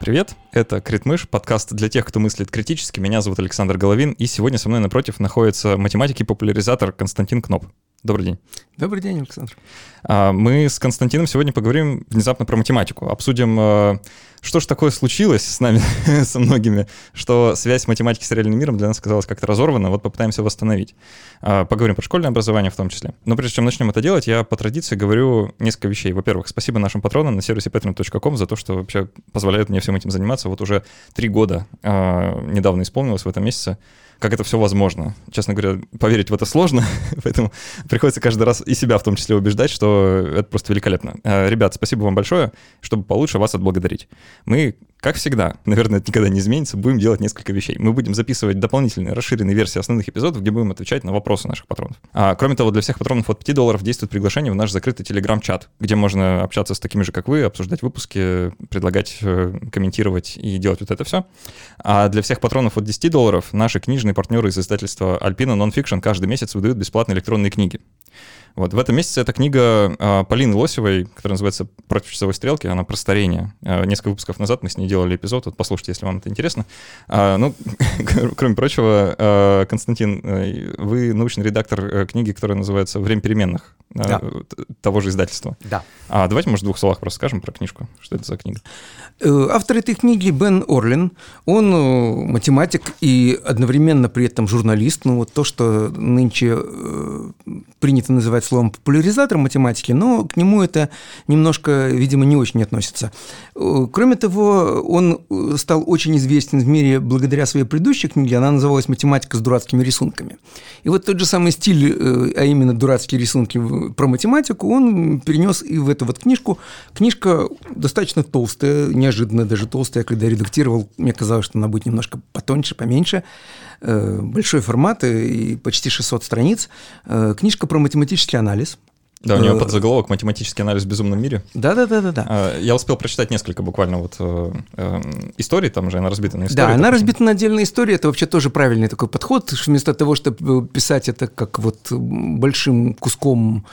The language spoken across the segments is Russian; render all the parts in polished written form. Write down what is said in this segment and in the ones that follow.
Привет, это Критмыш, подкаст для тех, кто мыслит критически. Меня зовут Александр Головин, и сегодня со мной напротив находится математик и популяризатор Константин Кноп. Добрый день. Добрый день, Александр. Мы с Константином сегодня поговорим внезапно про математику. Обсудим, что же такое случилось с нами, со многими, что связь математики с реальным миром для нас казалась как-то разорвана. Вот попытаемся восстановить. Поговорим про школьное образование в том числе. Но прежде чем начнем это делать, я по традиции говорю несколько вещей. Во-первых, спасибо нашим патронам на сервисе patreon.com за то, что вообще позволяют мне всем этим заниматься. Вот уже 3 года недавно исполнилось в этом месяце. Как это все возможно. Честно говоря, поверить в это сложно, поэтому приходится каждый раз и себя в том числе убеждать, что это просто великолепно. Ребят, спасибо вам большое, чтобы получше вас отблагодарить. Мы, как всегда, наверное, это никогда не изменится, будем делать несколько вещей. Мы будем записывать дополнительные, расширенные версии основных эпизодов, где будем отвечать на вопросы наших патронов. Кроме того, для всех патронов от $5 действует приглашение в наш закрытый телеграм-чат, где можно общаться с такими же, как вы, обсуждать выпуски, предлагать, комментировать и делать вот это все. А для всех патронов от $10 наши книжные партнеры из издательства Alpina Nonfiction каждый месяц выдают бесплатные электронные книги. Вот в этом месяце эта книга Полины Лосевой, которая называется «Против часовой стрелки», она про старение. Несколько выпусков назад мы с ней делали эпизод, вот послушайте, если вам это интересно. Кроме прочего, Константин, вы научный редактор книги, которая называется «Время переменных», да. Того же издательства. Да. Давайте, может, в 2 словах просто скажем про книжку, что это за книга. Автор этой книги Бен Орлин, он математик и одновременно при этом журналист, вот то, что нынче принято называть словом популяризатор математики, но к нему это немножко, видимо, не очень относится. Кроме того, он стал очень известен в мире благодаря своей предыдущей книге, она называлась «Математика с дурацкими рисунками». И вот тот же самый стиль, а именно дурацкие рисунки про математику, он перенес и в эту вот книжку. Книжка достаточно толстая, неожиданно даже толстая. Я когда редактировал, мне казалось, что она будет немножко потоньше, поменьше. Большой формат и почти 600 страниц. Книжка про математический анализ. Да, у нее подзаголовок «Математический анализ в безумном мире». Да. Я успел прочитать несколько буквально историй, там же она разбита на истории. Да, она разбита на отдельные истории, это вообще тоже правильный такой подход, что вместо того, чтобы писать это как вот большим куском,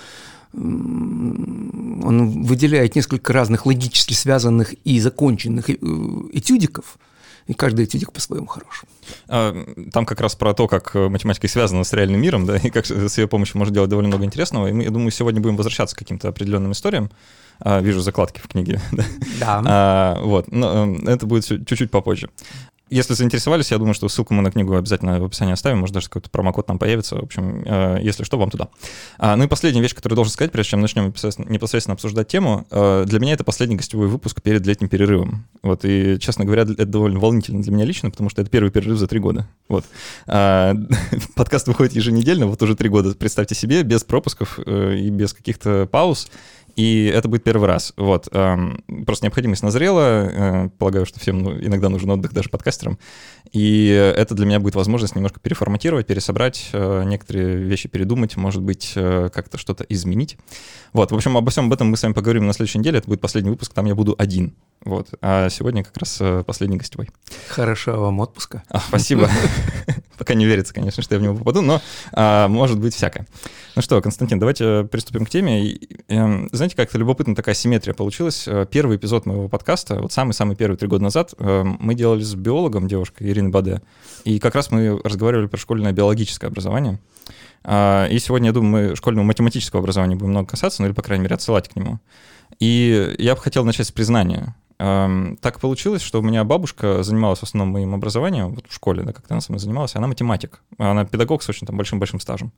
он выделяет несколько разных логически связанных и законченных этюдиков, и каждый этюдик по-своему хорош. Там как раз про то, как математика связана с реальным миром, да, и как с ее помощью можно делать довольно много интересного. И мы, я думаю, сегодня будем возвращаться к каким-то определенным историям. Вижу закладки в книге. Да. Но это будет чуть-чуть попозже. Если заинтересовались, я думаю, что ссылку мы на книгу обязательно в описании оставим, может, даже какой-то промокод там появится. В общем, если что, вам туда. И последняя вещь, которую я должен сказать, прежде чем начнем непосредственно обсуждать тему, для меня это последний гостевой выпуск перед летним перерывом. Вот, и, честно говоря, это довольно волнительно для меня лично, потому что это первый перерыв за 3 года. Вот. Подкаст выходит еженедельно, вот уже 3 года, представьте себе, без пропусков и без каких-то пауз. И это будет первый раз. Вот. Просто необходимость назрела. Полагаю, что всем иногда нужен отдых, даже подкастерам. И это для меня будет возможность немножко переформатировать, пересобрать, некоторые вещи передумать, может быть, как-то что-то изменить. Вот. В общем, обо всем об этом мы с вами поговорим на следующей неделе. Это будет последний выпуск, там я буду один. Вот. А сегодня как раз последний гостевой. Хорошего вам отпуска. Спасибо. Пока не верится, конечно, что я в него попаду, но может быть всякое. Ну что, Константин, давайте приступим к теме. Знаете, как-то любопытная такая симметрия получилась. Первый эпизод моего подкаста, вот самый-самый первый 3 года назад, мы делали с биологом, девушкой Ириной Баде, и как раз мы разговаривали про школьное биологическое образование. И сегодня, я думаю, мы школьного математического образования будем много касаться, ну или, по крайней мере, отсылать к нему. И я бы хотел начать с признания. Так получилось, что у меня бабушка занималась в основном моим образованием, вот в школе, да, как-то она со мной занималась, она математик, она педагог с очень там большим-большим стажем.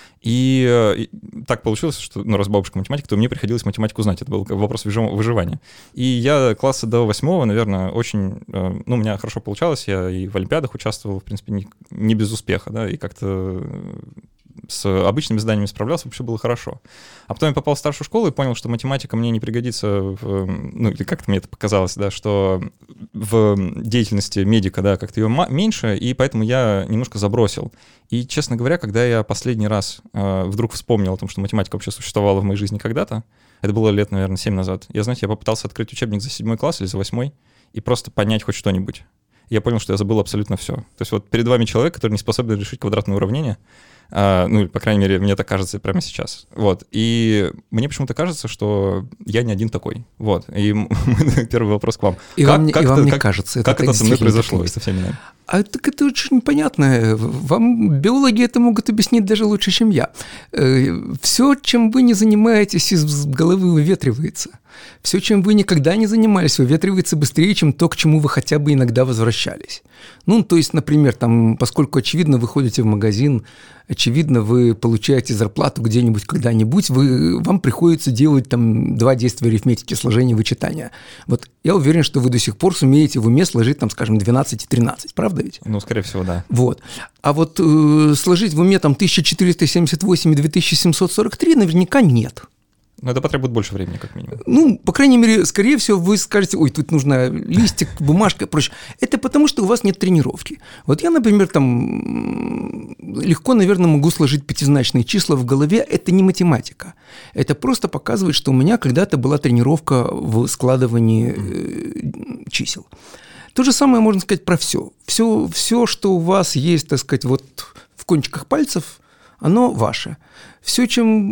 И так получилось, что, раз бабушка математик, то мне приходилось математику знать, это был вопрос выживания. И я класса до 8, наверное, очень, у меня хорошо получалось, я и в олимпиадах участвовал, в принципе, не без успеха, да, и как-то с обычными заданиями справлялся, вообще было хорошо. А потом я попал в старшую школу и понял, что математика мне не пригодится, или как-то мне это показалось, да, что в деятельности медика, да, как-то ее меньше, и поэтому я немножко забросил. И, честно говоря, когда я последний раз вдруг вспомнил о том, что математика вообще существовала в моей жизни когда-то, это было лет, наверное, 7 назад, я попытался открыть учебник за 7 класс или за 8 и просто понять хоть что-нибудь. я понял, что я забыл абсолютно все. То есть вот перед вами человек, который не способен решить квадратное уравнение, ну, по крайней мере, мне так кажется прямо сейчас. Вот. И мне почему-то кажется, что я не один такой. Вот. И первый вопрос к вам. Вам не кажется. Как это со мной произошло и со всеми нами? Так это очень понятно. Вам биологи это могут объяснить даже лучше, чем я. Все, чем вы не занимаетесь, из головы выветривается. Все, чем вы никогда не занимались, выветривается быстрее, чем то, к чему вы хотя бы иногда возвращались. Ну, то есть, например, там, поскольку, очевидно, вы ходите в магазин, очевидно, вы получаете зарплату где-нибудь когда-нибудь, вам приходится делать там 2 действия арифметики, сложения, вычитания. Вот я уверен, что вы до сих пор сумеете в уме сложить, там, скажем, 12 и 13, правда ведь? Ну, скорее всего, да. Вот. А вот сложить в уме там 1478 и 2743 наверняка нет. Но это потребует больше времени, как минимум. Ну, по крайней мере, скорее всего, вы скажете, ой, тут нужно листик, бумажка и прочее. Это потому, что у вас нет тренировки. Вот я, например, там легко, наверное, могу сложить пятизначные числа в голове. Это не математика. Это просто показывает, что у меня когда-то была тренировка в складывании чисел. То же самое можно сказать про все. Все, что у вас есть, так сказать, вот в кончиках пальцев, оно ваше. Все,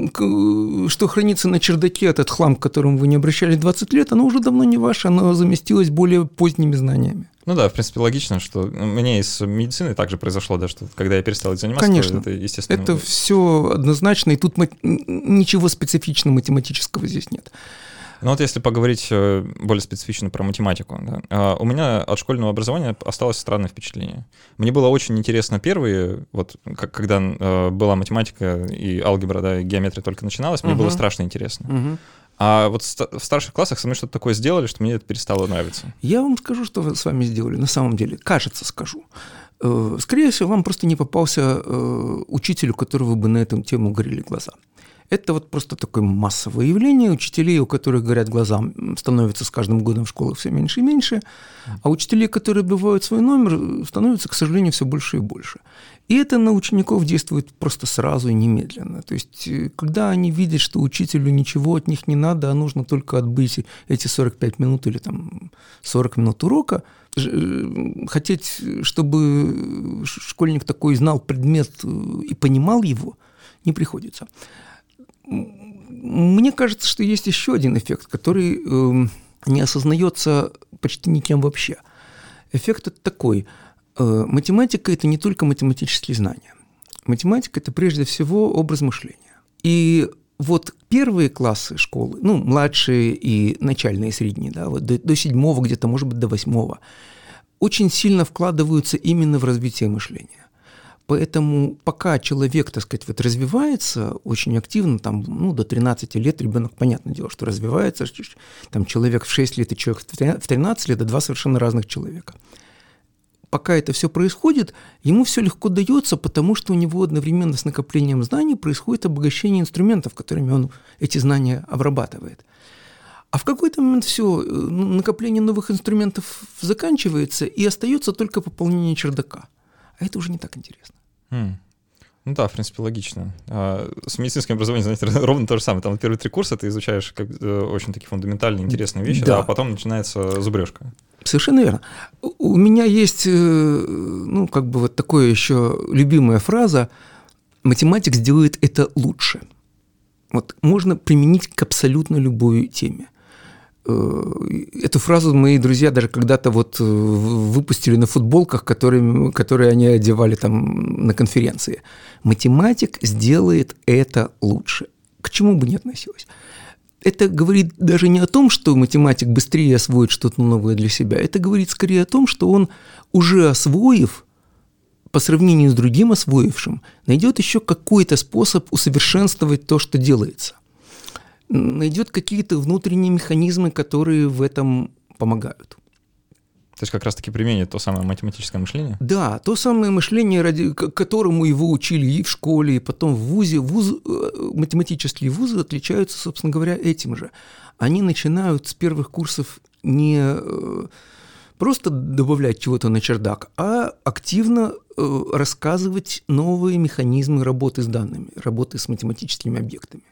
что хранится на чердаке, этот хлам, к которому вы не обращались 20 лет, оно уже давно не ваше, оно заместилось более поздними знаниями. Ну да, в принципе, логично, что мне и с медициной также произошло, да, что когда я перестал этим заниматься, конечно, это естественно. Это все однозначно, и тут ничего специфично математического здесь нет. Ну вот если поговорить более специфично про математику, да, у меня от школьного образования осталось странное впечатление. Мне было очень интересно первые, вот когда была математика и алгебра, да, и геометрия только начиналась, мне было страшно интересно. А вот в старших классах со мной что-то такое сделали, что мне это перестало нравиться. Я вам скажу, что вы с вами сделали, на самом деле, кажется, скажу. Скорее всего, вам просто не попался учитель, у которого бы на эту тему горели глаза. Это вот просто такое массовое явление. Учителей, у которых горят глаза, становится с каждым годом в школах все меньше и меньше, а учителей, которые отбивают свой номер, становится, к сожалению, все больше и больше. И это на учеников действует просто сразу и немедленно. То есть, когда они видят, что учителю ничего от них не надо, а нужно только отбыть эти 45 минут или там 40 минут урока, хотеть, чтобы школьник такой знал предмет и понимал его, не приходится. Мне кажется, что есть еще один эффект, который не осознается почти никем вообще. Эффект это такой. Математика – это не только математические знания. Математика – это прежде всего образ мышления. И вот первые классы школы, ну, младшие и начальные, и средние, да, вот до 7-го где-то, может быть, до 8-го, очень сильно вкладываются именно в развитие мышления. Поэтому пока человек, так сказать, вот развивается очень активно, там, ну, до 13 лет ребенок, понятное дело, что развивается, там человек в 6 лет и человек в 13 лет – это 2 совершенно разных человека. Пока это все происходит, ему все легко дается, потому что у него одновременно с накоплением знаний происходит обогащение инструментов, которыми он эти знания обрабатывает. А в какой-то момент все, накопление новых инструментов заканчивается, и остается только пополнение чердака. А это уже не так интересно. Ну да, в принципе, логично. С медицинским образованием, знаете, ровно то же самое. Там первые 3 курса ты изучаешь очень такие фундаментальные, интересные вещи, да, а потом начинается зубрежка. Совершенно верно. У меня есть, ну, как бы вот такая еще любимая фраза: математик сделает это лучше. Вот можно применить к абсолютно любой теме. Эту фразу мои друзья даже когда-то вот выпустили на футболках, которые они одевали там на конференции. Математик сделает это лучше. К чему бы ни относилось. Это говорит даже не о том, что математик быстрее освоит что-то новое для себя. Это говорит скорее о том, что он, уже освоив, по сравнению с другим освоившим, найдет еще какой-то способ усовершенствовать то, что делается. Найдет какие-то внутренние механизмы, которые в этом помогают. То есть как раз-таки применит то самое математическое мышление? Да, то самое мышление, ради которому его учили и в школе, и потом в вузе. Математические вузы отличаются, собственно говоря, этим же. Они начинают с первых курсов не просто добавлять чего-то на чердак, а активно рассказывать новые механизмы работы с данными, работы с математическими объектами.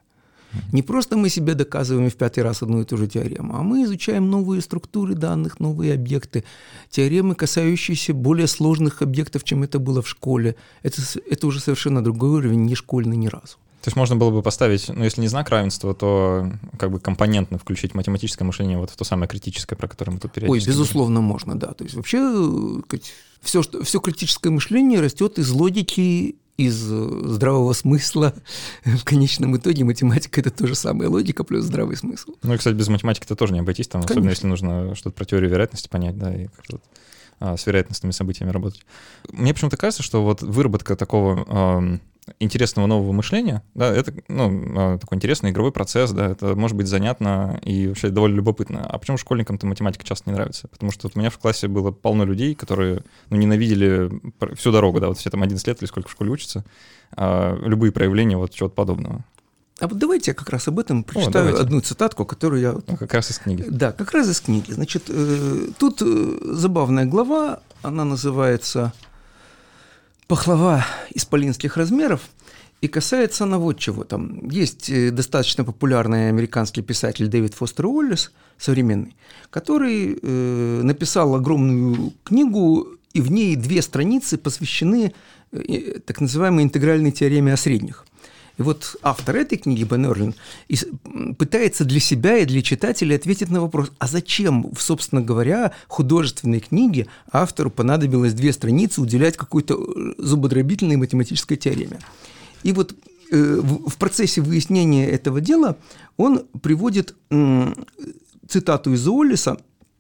Не просто мы себе доказываем в 5-й раз одну и ту же теорему, а мы изучаем новые структуры данных, новые объекты, теоремы, касающиеся более сложных объектов, чем это было в школе. Это уже совершенно другой уровень, не школьный ни разу. То есть можно было бы поставить, ну, если не знак равенства, то как бы компонентно включить математическое мышление вот в то самое критическое, про которое мы тут периодически говорим. Безусловно, можно, да. То есть вообще все критическое мышление растет из логики, из здравого смысла. В конечном итоге математика — это то же самое, логика плюс здравый смысл. Ну и, кстати, без математики-то тоже не обойтись, там, особенно если нужно что-то про теорию вероятности понять, да, и как-то с вероятностными событиями работать. Мне почему-то кажется, что вот выработка такого интересного нового мышления, да, это, ну, такой интересный игровой процесс, да, это может быть занятно и вообще довольно любопытно. А почему школьникам-то математика часто не нравится? Потому что вот у меня в классе было полно людей, которые, ну, ненавидели всю дорогу, да, вот все там 11 лет или сколько в школе учатся, любые проявления вот чего-то подобного. А вот давайте я как раз об этом прочитаю одну цитатку, которую я... Ну, как раз из книги. Да, как раз из книги. Значит, тут забавная глава, она называется «Пахлава исполинских размеров», и касается она вот чего. Там есть достаточно популярный американский писатель Дэвид Фостер Уоллес, современный, который написал огромную книгу, и в ней 2 страницы посвящены так называемой интегральной теореме о средних. И вот автор этой книги, Бен Орлин, пытается для себя и для читателей ответить на вопрос, а зачем, собственно говоря, художественной книге автору понадобилось 2 страницы уделять какой-то зубодробительной математической теореме. И вот в процессе выяснения этого дела он приводит цитату из Уоллеса,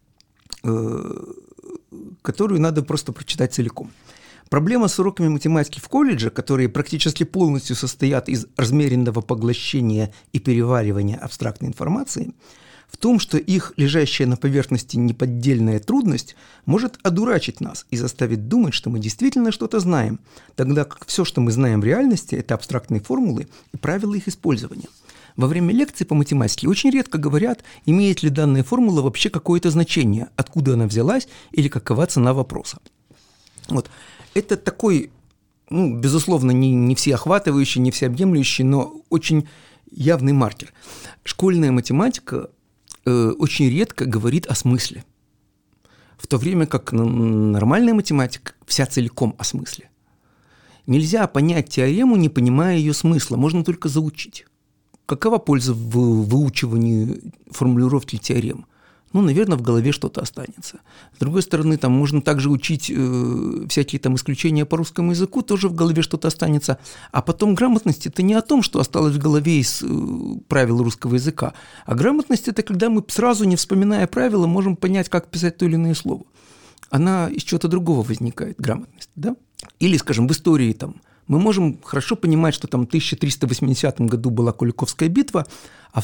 которую надо просто прочитать целиком. Проблема с уроками математики в колледже, которые практически полностью состоят из размеренного поглощения и переваривания абстрактной информации, в том, что их лежащая на поверхности неподдельная трудность может одурачить нас и заставить думать, что мы действительно что-то знаем, тогда как все, что мы знаем в реальности, это абстрактные формулы и правила их использования. Во время лекций по математике очень редко говорят, имеет ли данная формула вообще какое-то значение, откуда она взялась или какова цена вопроса. Вот. Это такой, ну, безусловно, не всеохватывающий, не всеобъемлющий, но очень явный маркер. Школьная математика очень редко говорит о смысле, в то время как нормальная математика вся целиком о смысле. Нельзя понять теорему, не понимая ее смысла, можно только заучить. Какова польза в выучивании формулировки теорем? Ну, наверное, в голове что-то останется. С другой стороны, там можно также учить всякие там исключения по русскому языку, тоже в голове что-то останется. А потом грамотность – это не о том, что осталось в голове из правил русского языка, а грамотность – это когда мы сразу, не вспоминая правила, можем понять, как писать то или иное слово. Она из чего-то другого возникает, грамотность, да? Или, скажем, в истории там мы можем хорошо понимать, что там в 1380 году была Куликовская битва, а в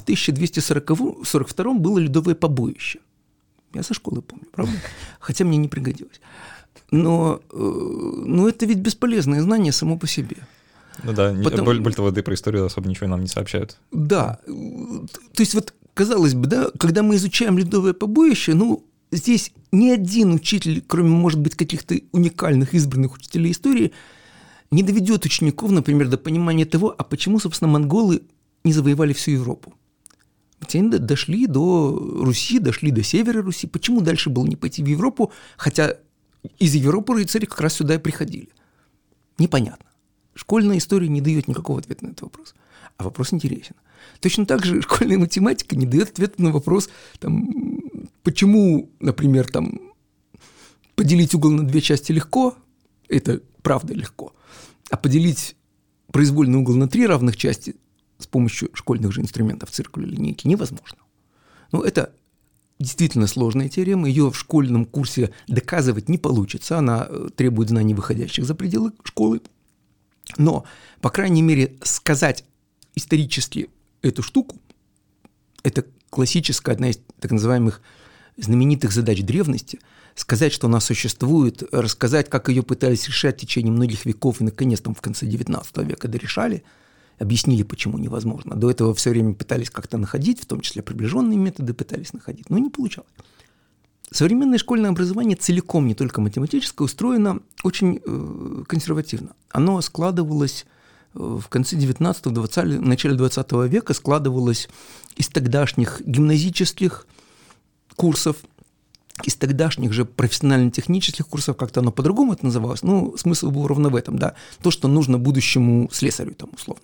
1242 было Ледовое побоище. Я со школы помню, правда? Хотя мне не пригодилось. Но это ведь бесполезное знание само по себе. Ну да, более того, да и про историю особо ничего нам не сообщают. Да, то есть вот, казалось бы, да, когда мы изучаем Ледовое побоище, ну, здесь ни один учитель, кроме, может быть, каких-то уникальных избранных учителей истории, не доведет учеников, например, до понимания того, а почему, собственно, монголы не завоевали всю Европу. Ведь они дошли до Руси, дошли до севера Руси. Почему дальше было не пойти в Европу, хотя из Европы рыцари как раз сюда и приходили? Непонятно. Школьная история не дает никакого ответа на этот вопрос. А вопрос интересен. Точно так же школьная математика не дает ответа на вопрос, там, почему, например, там, поделить угол на 2 части легко, это правда легко, а поделить произвольный угол на 3 равных части с помощью школьных же инструментов циркуля, линейки невозможно. Ну, это действительно сложная теорема, ее в школьном курсе доказывать не получится, она требует знаний, выходящих за пределы школы. Но, по крайней мере, сказать исторически эту штуку, это классическая, одна из так называемых знаменитых задач древности, сказать, что она существует, рассказать, как ее пытались решать в течение многих веков, и, наконец, там, в конце XIX века дорешали, объяснили, почему невозможно. До этого все время пытались как-то находить, в том числе приближенные методы пытались находить, но не получалось. Современное школьное образование целиком, не только математическое, устроено очень консервативно. Оно складывалось в конце 19-го, начале 20 века складывалась из тогдашних гимназических курсов, из тогдашних же профессионально-технических курсов, как-то оно по-другому это называлось, смысл был ровно в этом, да, то, что нужно будущему слесарю, там, условно.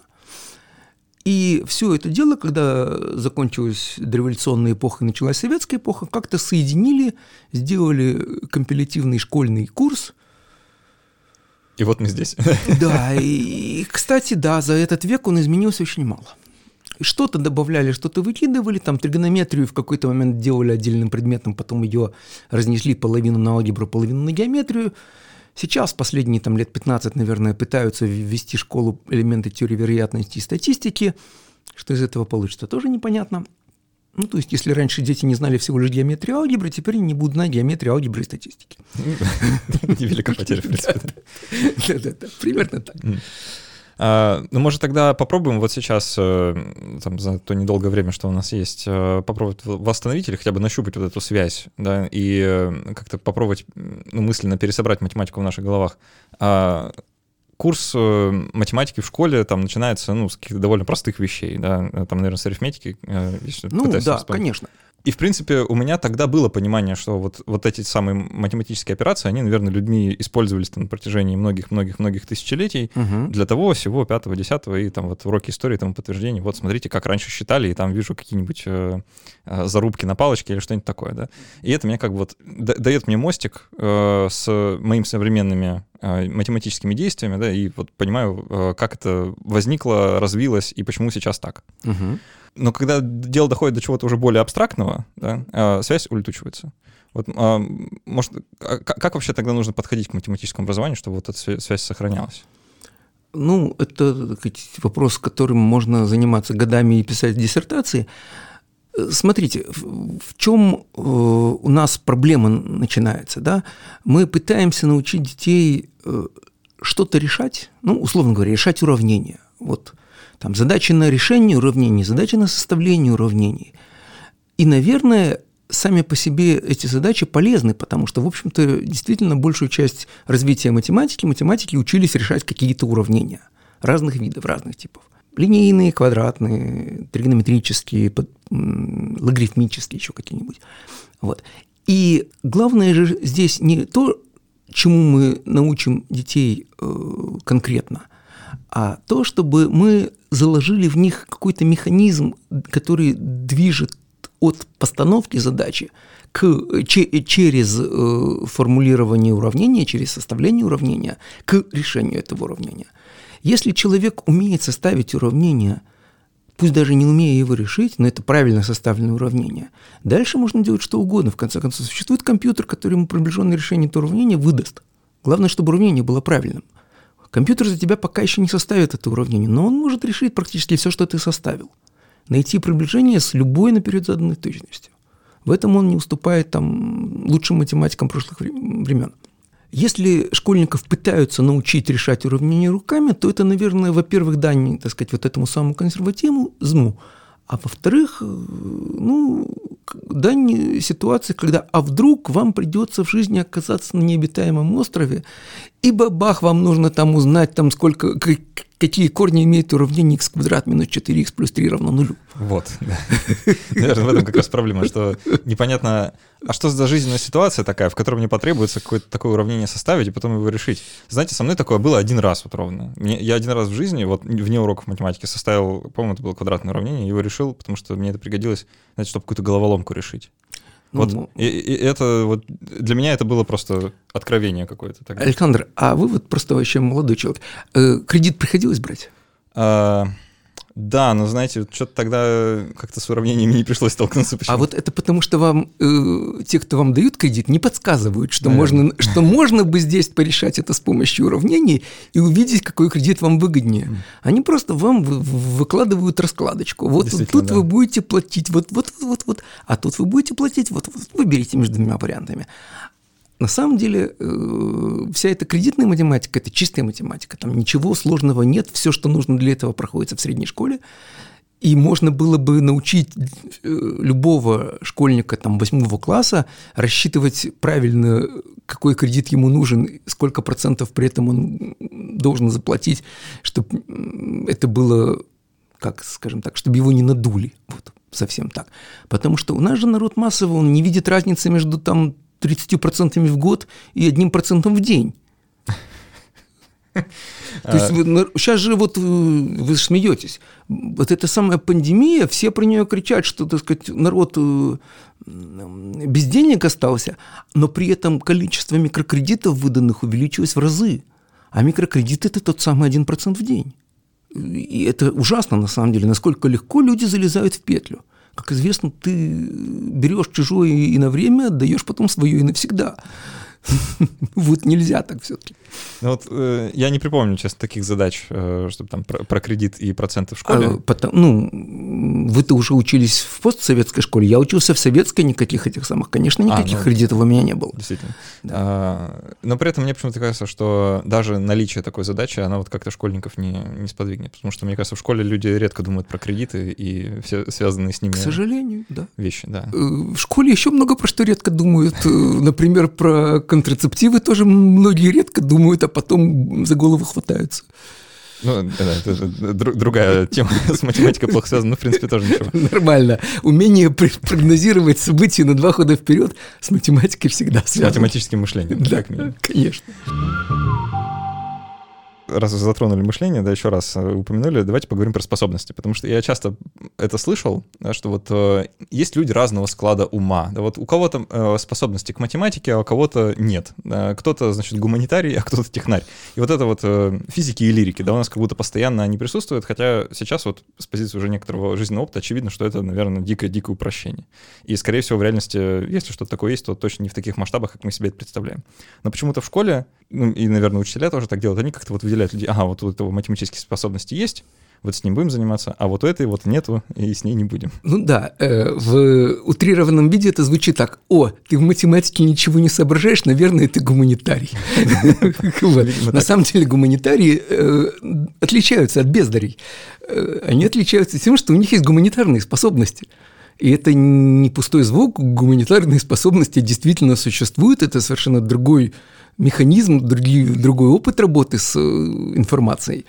И все это дело, когда закончилась дореволюционная эпоха и началась советская эпоха, как-то соединили, сделали компилятивный школьный курс. И вот мы здесь. Да, и, кстати, да, за этот век он изменился очень мало. Что-то добавляли, что-то выкидывали, там тригонометрию в какой-то момент делали отдельным предметом, потом ее разнесли половину на алгебру, половину на геометрию. Сейчас, последние лет 15, наверное, пытаются ввести в школу элементы теории вероятности и статистики. Что из этого получится, тоже непонятно. То есть, если раньше дети не знали всего лишь геометрию и алгебры, теперь они не будут знать геометрию, алгебры и статистики. Невелика потеря, в принципе. Да, примерно так. Может, тогда попробуем вот сейчас, за то недолгое время, что у нас есть, попробовать восстановить или хотя бы нащупать вот эту связь, да, и как-то попробовать мысленно пересобрать математику в наших головах. Курс математики в школе начинается с каких-то довольно простых вещей, да, наверное, с арифметики. Да, конечно. И, в принципе, у меня тогда было понимание, что вот эти самые математические операции, они, наверное, людьми использовались на протяжении многих-многих-многих тысячелетий для того, всего, 5-го, 10-го, и уроки истории, подтверждение. Вот смотрите, как раньше считали, и там вижу какие-нибудь зарубки на палочке или что-нибудь такое, да. И это мне дает мне мостик с моими современными математическими действиями, да, и понимаю, как это возникло, развилось и почему сейчас так. Но когда дело доходит до чего-то уже более абстрактного, да, связь улетучивается. Может, как вообще тогда нужно подходить к математическому образованию, чтобы эта связь сохранялась? Это вопрос, которым можно заниматься годами и писать диссертации. Смотрите, в чем у нас проблема начинается, да? Мы пытаемся научить детей что-то решать, условно говоря, решать уравнения. Задачи на решение уравнений, задачи на составление уравнений. И, наверное, сами по себе эти задачи полезны, потому что, в общем-то, действительно большую часть развития математики учились решать какие-то уравнения разных видов, разных типов. Линейные, квадратные, тригонометрические, логарифмические, еще какие-нибудь. И главное же здесь не то, чему мы научим детей конкретно, а то, чтобы мы заложили в них какой-то механизм, который движет от постановки задачи через формулирование уравнения, через составление уравнения к решению этого уравнения. Если человек умеет составить уравнение, пусть даже не умея его решить, но это правильно составленное уравнение, дальше можно делать что угодно. В конце концов, существует компьютер, который ему приближенное решение этого уравнения выдаст. Главное, чтобы уравнение было правильным. Компьютер за тебя пока еще не составит это уравнение, но он может решить практически все, что ты составил. Найти приближение с любой наперед заданной точностью. В этом он не уступает лучшим математикам прошлых времен. Если школьников пытаются научить решать уравнения руками, то это, наверное, во-первых, дань, этому самому консерватизму, а во-вторых, дань ситуации, когда вдруг вам придется в жизни оказаться на необитаемом острове, и бабах, вам нужно узнать, какие корни имеет уравнение x квадрат минус 4x плюс 3 равно 0. Наверное, в этом как раз проблема, что непонятно, а что за жизненная ситуация такая, в которой мне потребуется какое-то такое уравнение составить и потом его решить. Знаете, со мной такое было один раз ровно. Я один раз в жизни, вне уроков математики, составил, по-моему, это было квадратное уравнение, его решил, потому что мне это пригодилось, чтобы какую-то головоломку решить. И это для меня это было просто откровение какое-то. Тогда. Александр, а вы просто вообще молодой человек. Кредит приходилось брать? Да, но знаете, что-то тогда как-то с уравнениями не пришлось столкнуться. Почему? А это потому, что вам те, кто вам дают кредит, не подсказывают, что можно бы здесь порешать это с помощью уравнений и увидеть, какой кредит вам выгоднее. Они просто вам выкладывают раскладочку. Тут вы будете платить, а тут вы будете платить, выберите между двумя вариантами. На самом деле вся эта кредитная математика – это чистая математика. Там ничего сложного нет, все, что нужно для этого, проходится в средней школе. И можно было бы научить любого школьника 8 класса рассчитывать правильно, какой кредит ему нужен, сколько процентов при этом он должен заплатить, чтобы это было, чтобы его не надули. Вот, совсем так. Потому что у нас же народ массовый, он не видит разницы между 30% в год и 1% в день. То есть сейчас же вы смеетесь. Вот эта самая пандемия, все про нее кричат, что, так сказать, народ без денег остался, но при этом количество микрокредитов выданных увеличилось в разы. А микрокредит – это тот самый 1% в день. И это ужасно, на самом деле, насколько легко люди залезают в петлю. Как известно, ты берешь чужое и на время, отдаешь потом свое и навсегда. Вот нельзя так все-таки. Я не припомню, честно, таких задач, чтобы там про кредит и проценты в школе. Вы-то уже учились в постсоветской школе, я учился в советской, никаких этих самых, конечно, никаких кредитов у меня не было. Действительно. Да. Но при этом мне почему-то кажется, что даже наличие такой задачи, она как-то школьников не сподвигнет, потому что, мне кажется, в школе люди редко думают про кредиты и все связанные с ними. К сожалению, да. Вещи, да. В школе еще много про что редко думают, например, про контрацептивы тоже многие редко думают, а потом за голову хватаются. Это другая тема, с математикой плохо связана, но, в принципе, тоже ничего. Нормально. Умение прогнозировать события на 2 хода вперед с математикой всегда связано. С математическим мышлением. Да, конечно. Раз затронули мышление, еще раз упомянули, давайте поговорим про способности, потому что я часто это слышал, что есть люди разного склада ума. Да, у кого-то способности к математике, а у кого-то нет. Кто-то, гуманитарий, а кто-то технарь. И это физики и лирики, да, у нас как будто постоянно они присутствуют, хотя сейчас с позиции уже некоторого жизненного опыта очевидно, что это, наверное, дикое упрощение. И, скорее всего, в реальности, если что-то такое есть, то точно не в таких масштабах, как мы себе это представляем. Но почему-то в школе, и, наверное, учителя тоже так делают, они как-то выделяют людей, у этого математические способности есть, с ним будем заниматься, а у этой нету, и с ней не будем. В утрированном виде это звучит так: ты в математике ничего не соображаешь, наверное, ты гуманитарий. На самом деле гуманитарии отличаются от бездарей. Они отличаются тем, что у них есть гуманитарные способности. И это не пустой звук, гуманитарные способности действительно существуют, это совершенно другой механизм, другой опыт работы с информацией.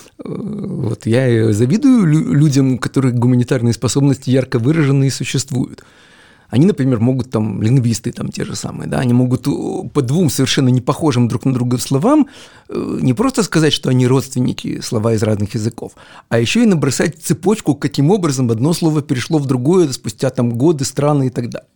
Я завидую людям, у которых гуманитарные способности ярко выражены и существуют. Они, например, могут лингвисты те же самые, да, они могут по 2 совершенно не похожим друг на друга словам не просто сказать, что они родственники, слова из разных языков, а еще и набросать цепочку, каким образом одно слово перешло в другое спустя годы, страны и так далее.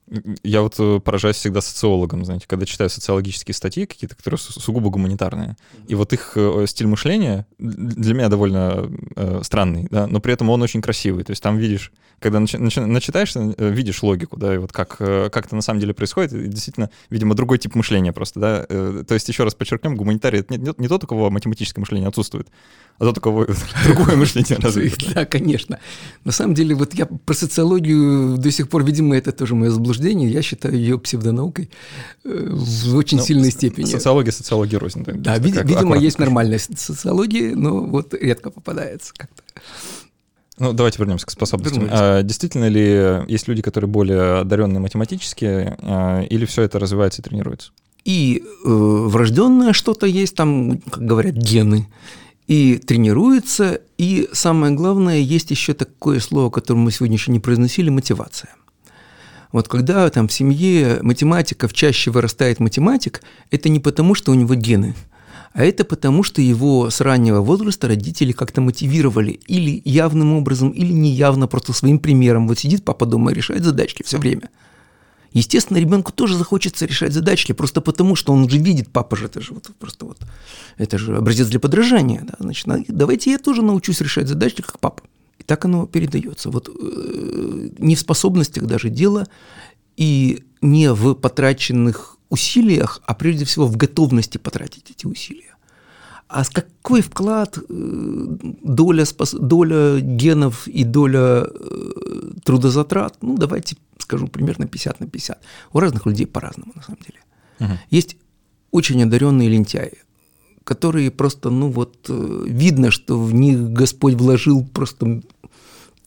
Я поражаюсь всегда социологам, знаете, когда читаю социологические статьи какие-то, которые сугубо гуманитарные, и их стиль мышления для меня довольно странный, да, но при этом он очень красивый, то есть там видишь, когда начитаешься, видишь логику, да, и как это на самом деле происходит, и действительно, видимо, другой тип мышления просто, да, то есть еще раз подчеркнем, гуманитарий — это не тот, у кого математическое мышление отсутствует, а тот, у кого другое мышление развито. Да, конечно. На самом деле, я про социологию до сих пор, видимо, это тоже мое заблуждение, я считаю ее псевдонаукой в очень сильной степени. Социология рознь. Да, видимо, есть нормальная социология, но редко попадается как-то. Давайте вернемся к способностям. Действительно ли есть люди, которые более одаренные математически, или все это развивается и тренируется? И врожденное что-то есть, как говорят, гены, и тренируется, и самое главное, есть еще такое слово, которое мы сегодня еще не произносили — мотивация. Когда в семье математиков чаще вырастает математик, это не потому, что у него гены, а это потому, что его с раннего возраста родители как-то мотивировали или явным образом, или неявно, просто своим примером. Сидит папа дома и решает задачки все время. Естественно, ребенку тоже захочется решать задачки, просто потому, что он уже видит, папа же, это же это же образец для подражания. Да? Значит, давайте я тоже научусь решать задачки, как папа. И так оно передается. Не в способностях даже дело, и не в потраченных усилиях, а прежде всего в готовности потратить эти усилия. А с какой вклад, доля генов и доля трудозатрат, давайте скажу, примерно 50 на 50. У разных людей по-разному, на самом деле. Есть очень одаренные лентяи, которые просто, видно, что в них Господь вложил просто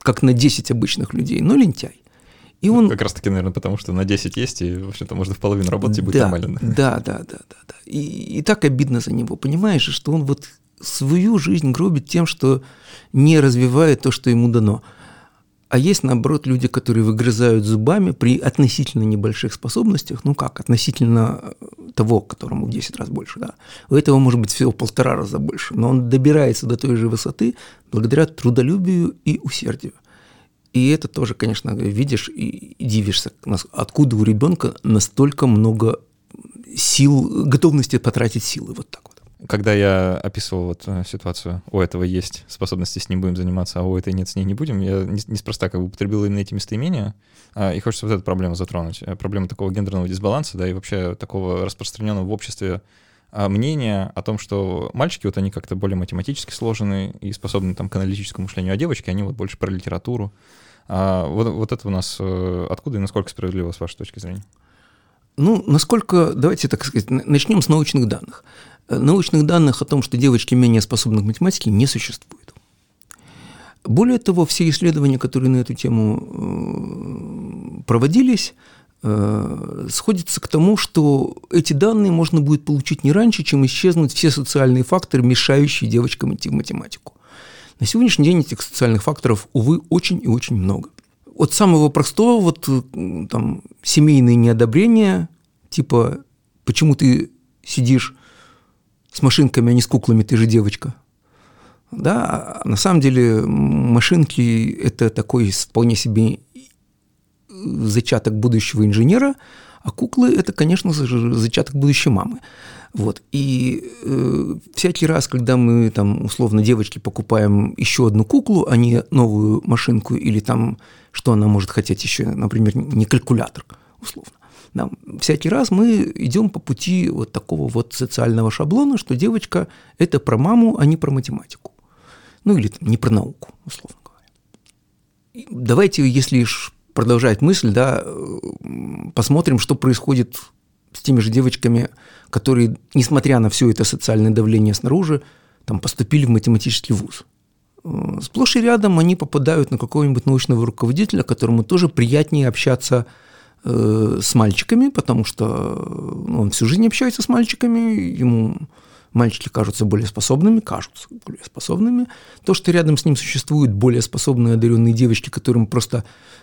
как на 10 обычных людей, но лентяй. И он... Как раз-таки, наверное, потому что на 10 есть, и, в общем-то, можно в половину работать и будет нормально. Да. И так обидно за него, понимаешь, что он вот свою жизнь гробит тем, что не развивает то, что ему дано. А есть, наоборот, люди, которые выгрызают зубами при относительно небольших способностях, относительно того, которому в 10 раз больше, да. У этого может быть всего 1,5 раза больше, но он добирается до той же высоты благодаря трудолюбию и усердию. И это тоже, конечно, видишь и дивишься, откуда у ребенка настолько много сил, готовности потратить силы, вот так вот. Когда я описывал вот ситуацию, у этого есть способности, с ним будем заниматься, а у этой нет, с ней не будем, я неспроста как бы употребил именно эти местоимения, и хочется вот эту проблему затронуть. Проблему такого гендерного дисбаланса, да, и вообще такого распространенного в обществе мнения о том, что мальчики вот они как-то более математически сложены и способны там к аналитическому мышлению, а девочки, они вот больше про литературу. Вот это у нас откуда и насколько справедливо с вашей точки зрения? Насколько, давайте так сказать, начнем с научных данных. Научных данных о том, что девочки менее способны к математике, не существует. Более того, все исследования, которые на эту тему проводились, сходятся к тому, что эти данные можно будет получить не раньше, чем исчезнут все социальные факторы, мешающие девочкам идти в математику. На сегодняшний день этих социальных факторов, увы, очень и очень много. От самого простого, там, семейные неодобрения, типа, почему ты сидишь с машинками, а не с куклами, ты же девочка. Да, на самом деле машинки – это такой вполне себе зачаток будущего инженера, а куклы – это, конечно же, зачаток будущей мамы. Вот. И всякий раз, когда мы, там, условно, девочке покупаем еще одну куклу, а не новую машинку, или там, что она может хотеть еще, например, не калькулятор, условно. Да, всякий раз мы идем по пути вот такого вот социального шаблона, что девочка – это про маму, а не про математику. Или там, не про науку, условно говоря. И давайте, если продолжать мысль, да, посмотрим, что происходит с теми же девочками, которые, несмотря на все это социальное давление снаружи, там, поступили в математический вуз. Сплошь и рядом они попадают на какого-нибудь научного руководителя, которому тоже приятнее общаться с мальчиками, потому что он всю жизнь общается с мальчиками, ему мальчики кажутся более способными. То, что рядом с ним существуют более способные одаренные девочки, которым просто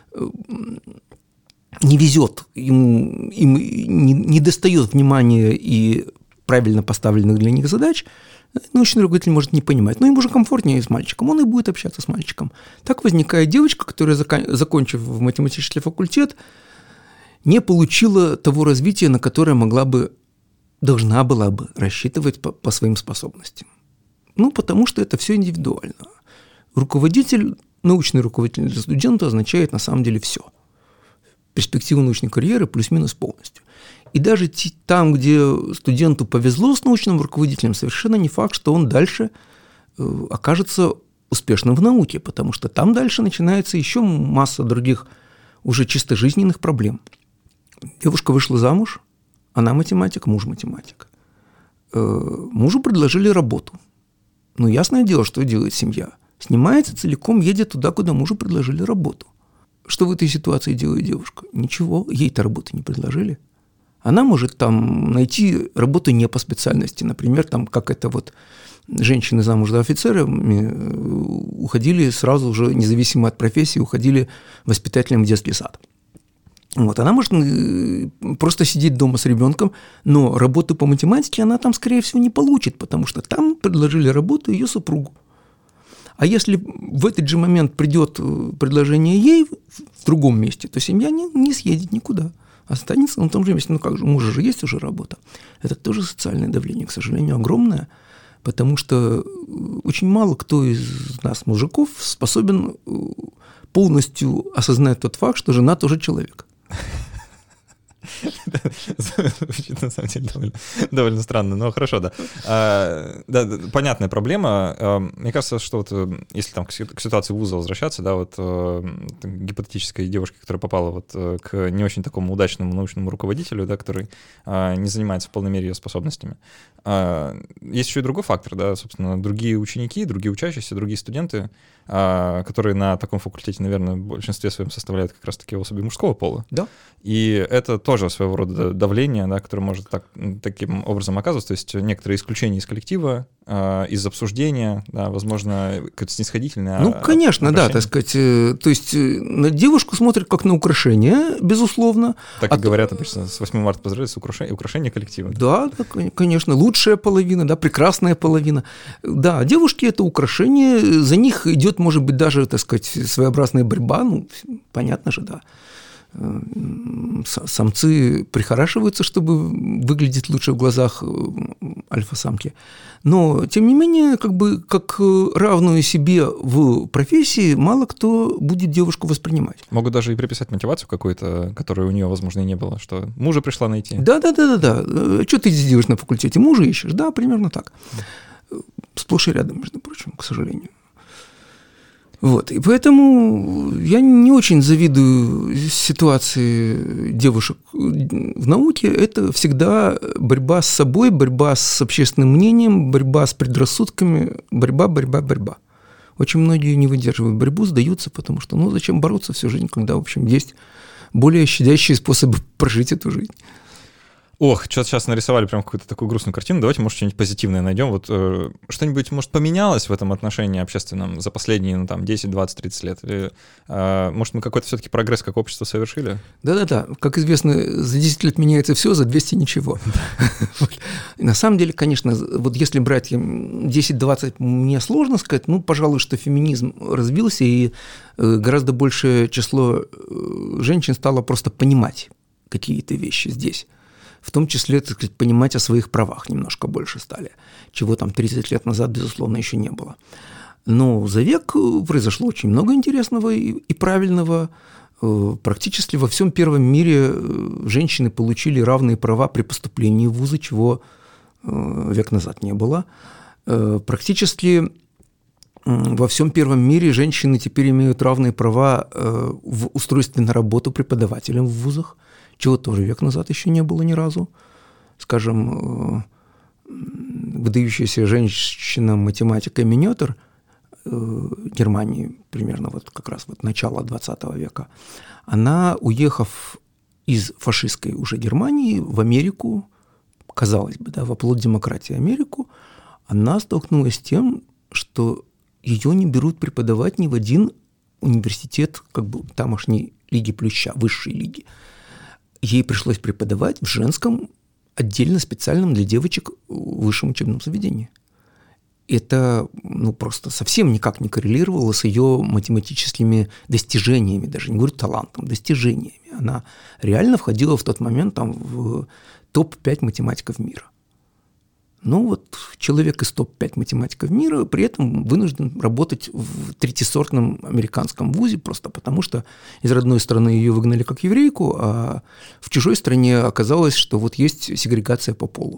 не везет, им не достает внимания и правильно поставленных для них задач, научный руководитель может не понимать. Но ему же комфортнее с мальчиком, он и будет общаться с мальчиком. Так возникает девочка, которая, закончив математический факультет, не получила того развития, на которое должна была бы рассчитывать по своим способностям. Потому что это все индивидуально. Научный руководитель для студента означает на самом деле все. Перспективу научной карьеры плюс-минус полностью. И даже там, где студенту повезло с научным руководителем, совершенно не факт, что он дальше окажется успешным в науке, потому что там дальше начинается еще масса других уже чисто жизненных проблем. Девушка вышла замуж, она математик, муж математик. Мужу предложили работу. Ясное дело, что делает семья. Снимается целиком, едет туда, куда мужу предложили работу. Что в этой ситуации делает девушка? Ничего, ей-то работы не предложили. Она может там найти работу не по специальности. Например, там, как это вот женщины замуж за офицерами уходили сразу уже, независимо от профессии, уходили воспитателем в детский сад. Она может просто сидеть дома с ребенком, но работу по математике она там, скорее всего, не получит, потому что там предложили работу ее супругу. А если в этот же момент придет предложение ей в другом месте, то семья не съедет никуда, останется на том же месте. Как же, у мужа же есть уже работа. Это тоже социальное давление, к сожалению, огромное, потому что очень мало кто из нас, мужиков, способен полностью осознать тот факт, что жена тоже человек. Звучит, на самом деле, довольно странно, но хорошо, да. Да, понятная проблема. Мне кажется, что вот если там к ситуации вуза возвращаться, да, вот гипотетической девушке, которая попала вот к не очень такому удачному научному руководителю, да, который не занимается в полной мере ее способностями. Есть еще и другой фактор, да, собственно, другие ученики, другие учащиеся, другие студенты, которые на таком факультете, наверное, в большинстве своем составляют как раз-таки особи мужского пола. Да. И это тоже своего рода давление, да, которое может таким образом оказываться. То есть некоторые исключения из коллектива, из обсуждения, да, возможно, какое-то снисходительное Ну, конечно, да, так сказать. То есть на девушку смотрят как на украшение, безусловно. Так и говорят обычно, с 8 марта поздравляют, украшение коллектива. Да, конечно, лучшая половина, да, прекрасная половина. Да, девушки – это украшение, за них идет, может быть, даже, так сказать, своеобразная борьба, ну, понятно же, да. Самцы прихорашиваются, чтобы выглядеть лучше в глазах альфа-самки. Но, тем не менее, как равную себе в профессии мало кто будет девушку воспринимать. Могут даже и приписать мотивацию какую-то, которой у нее, возможно, и не было, что мужа пришла найти. Да. Что ты здесь делаешь на факультете? Мужа ищешь? Да, примерно так. Сплошь и рядом, между прочим, к сожалению. Вот. И поэтому я не очень завидую ситуации девушек в науке. Это всегда борьба с собой, борьба с общественным мнением, борьба с предрассудками, борьба. Очень многие не выдерживают борьбу, сдаются, потому что, ну, зачем бороться всю жизнь, когда, в общем, есть более щадящие способы прожить эту жизнь. Ох, что-то сейчас нарисовали прям какую-то такую грустную картину. Давайте, может, что-нибудь позитивное найдем. Вот что-нибудь, может, поменялось в этом отношении общественном за последние, ну, там, 10, 20, 30 лет? Или, может, мы какой-то все-таки прогресс как общество совершили? Да. Как известно, за 10 лет меняется все, за 200 ничего. На самом деле, конечно, вот если брать 10-20, мне сложно сказать, ну, пожалуй, что феминизм развился, и гораздо большее число женщин стало просто понимать какие-то вещи здесь. В том числе, так сказать, понимать о своих правах немножко больше стали, чего там 30 лет назад, безусловно, еще не было. Но за век произошло очень много интересного и правильного. Практически во всем первом мире женщины получили равные права при поступлении в вузы, чего век назад не было. Практически во всем первом мире женщины теперь имеют равные права в устройстве на работу преподавателям в вузах, чего тоже век назад еще не было ни разу. Скажем, выдающаяся женщина-математик Эми Нётер Германии, примерно вот как раз вот начало 20 века, она, уехав из фашистской уже Германии в Америку, казалось бы, да, в оплот демократии Америку, она столкнулась с тем, что ее не берут преподавать ни в один университет как бы тамошней лиги Плюща, высшей лиги. Ей пришлось преподавать в женском, отдельно специальном для девочек высшем учебном заведении. Это, ну, просто совсем никак не коррелировало с ее математическими достижениями, даже не говорю талантом, достижениями. Она реально входила в тот момент там, в топ-5 математиков мира. Ну вот человек из топ-5 математиков мира при этом вынужден работать в третьесортном американском вузе просто потому, что из родной страны ее выгнали как еврейку, а в чужой стране оказалось, что вот есть сегрегация по полу.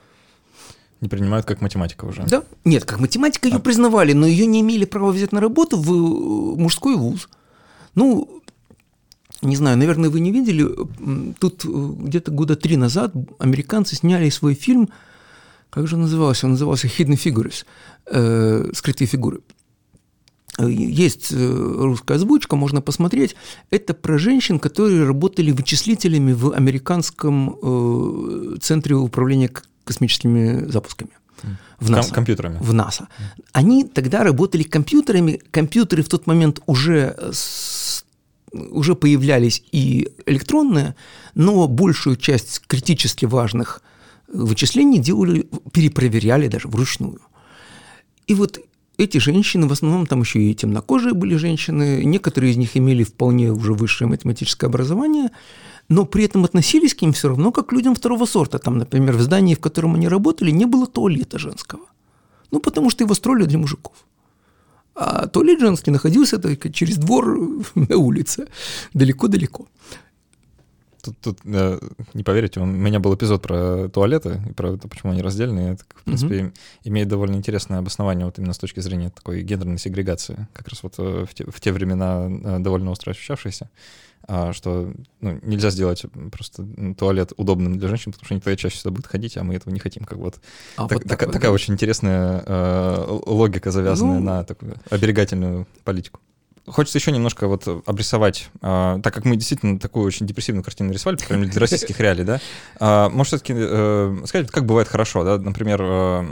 Не принимают как математика уже? Да. Нет, как математика ее признавали, но ее не имели права взять на работу в мужской вуз. Ну, не знаю, наверное, вы не видели, тут где-то года 3 назад американцы сняли свой фильм. Как же назывался? Он назывался «Hidden Figures», «Скрытые фигуры». Есть русская озвучка, можно посмотреть. Это про женщин, которые работали вычислителями в американском центре управления космическими запусками. В НАСА. Компьютерами. В НАСА. Они тогда работали компьютерами. Компьютеры в тот момент уже появлялись и электронные, но большую часть критически важных вычислений перепроверяли даже вручную. И вот эти женщины, в основном там еще и темнокожие были женщины, некоторые из них имели вполне уже высшее математическое образование, но при этом относились к ним все равно как к людям второго сорта. Там, например, в здании, в котором они работали, не было туалета женского. Ну, потому что его строили для мужиков. А туалет женский находился только через двор на улице, далеко-далеко. тут не поверите, у меня был эпизод про туалеты и про то, почему они раздельные. Это, в принципе, имеет довольно интересное обоснование вот именно с точки зрения такой гендерной сегрегации, как раз вот в те времена довольно остро ощущавшиеся, что нельзя сделать просто туалет удобным для женщин, потому что они тогда чаще сюда будут ходить, а мы этого не хотим. Как вот. Такая очень интересная логика, завязанная на такую оберегательную политику. Хочется еще немножко вот обрисовать, так как мы действительно такую очень депрессивную картину нарисовали, по крайней мере, для российских реалий, да, может, все-таки сказать, как бывает хорошо, да, например,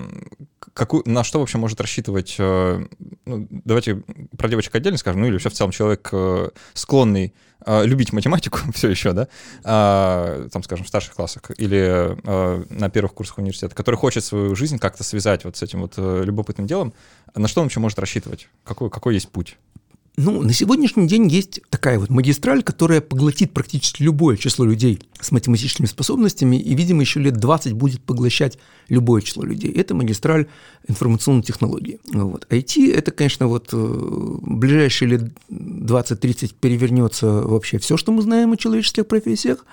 на что вообще может рассчитывать, давайте про девочек отдельно скажем, или вообще в целом человек, склонный любить математику все еще, да, там, скажем, в старших классах или на первых курсах университета, который хочет свою жизнь как-то связать вот с этим вот любопытным делом, на что он вообще может рассчитывать? Какой есть путь? На сегодняшний день есть такая вот магистраль, которая поглотит практически любое число людей с математическими способностями и, видимо, еще лет 20 будет поглощать любое число людей. Это магистраль информационной технологии. Вот. IT – это, конечно, вот в ближайшие лет 20-30 перевернется вообще все, что мы знаем о человеческих профессиях.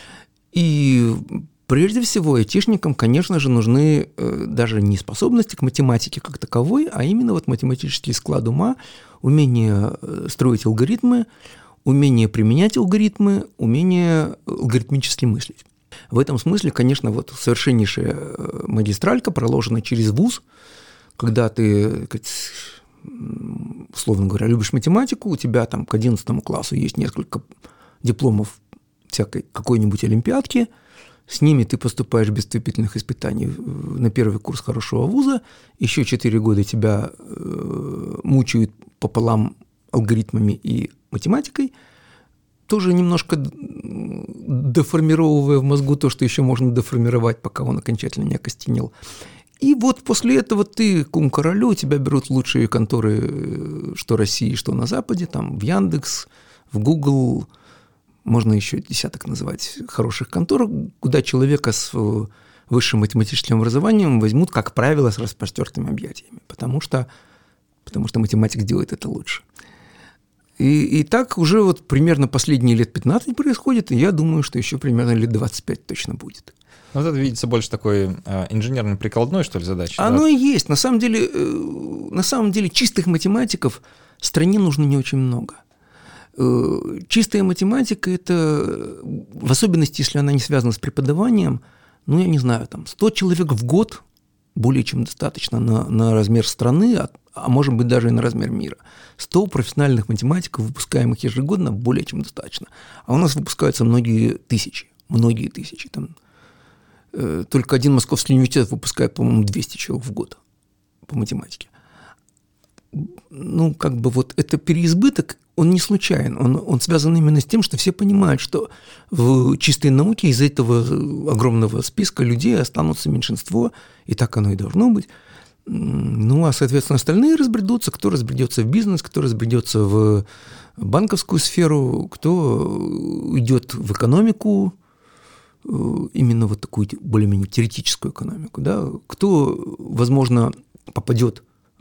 И прежде всего айтишникам, конечно же, нужны даже не способности к математике как таковой, а именно вот математический склад ума, умение строить алгоритмы, умение применять алгоритмы, умение алгоритмически мыслить. В этом смысле, конечно, вот совершеннейшая магистралька проложена через вуз, когда ты, условно говоря, любишь математику, у тебя там к 11 классу есть несколько дипломов всякой какой-нибудь олимпиадки, с ними ты поступаешь без вступительных испытаний на первый курс хорошего вуза, еще 4 года тебя мучают пополам алгоритмами и математикой, тоже немножко деформировывая в мозгу то, что еще можно деформировать, пока он окончательно не окостенел. И вот после этого ты кум королю, тебя берут лучшие конторы, что России, что на Западе, там в Яндекс, в Google, можно еще десяток называть хороших контор, куда человека с высшим математическим образованием возьмут, как правило, с распростертыми объятиями, потому что математик делает это лучше. И так уже вот примерно последние лет 15 происходит, и я думаю, что еще примерно лет 25 точно будет. Ну, вот это видится больше такой инженерной прикладной, что ли, задачи. Оно да? И есть. На самом деле чистых математиков в стране нужно не очень много. Чистая математика – это, в особенности, если она не связана с преподаванием, я не знаю, там 100 человек в год более чем достаточно на размер страны, а может быть даже и на размер мира. 100 профессиональных математиков, выпускаемых ежегодно, более чем достаточно. А у нас выпускаются многие тысячи. Там, только один Московский университет выпускает, по-моему, 200 человек в год по математике. Вот это переизбыток, он не случайен, он связан именно с тем, что все понимают, что в чистой науке из этого огромного списка людей останутся меньшинство, и так оно и должно быть. А, соответственно, остальные разбредутся, кто разбредется в бизнес, кто разбредется в банковскую сферу, кто идет в экономику, именно вот такую более-менее теоретическую экономику, да, кто, возможно, попадет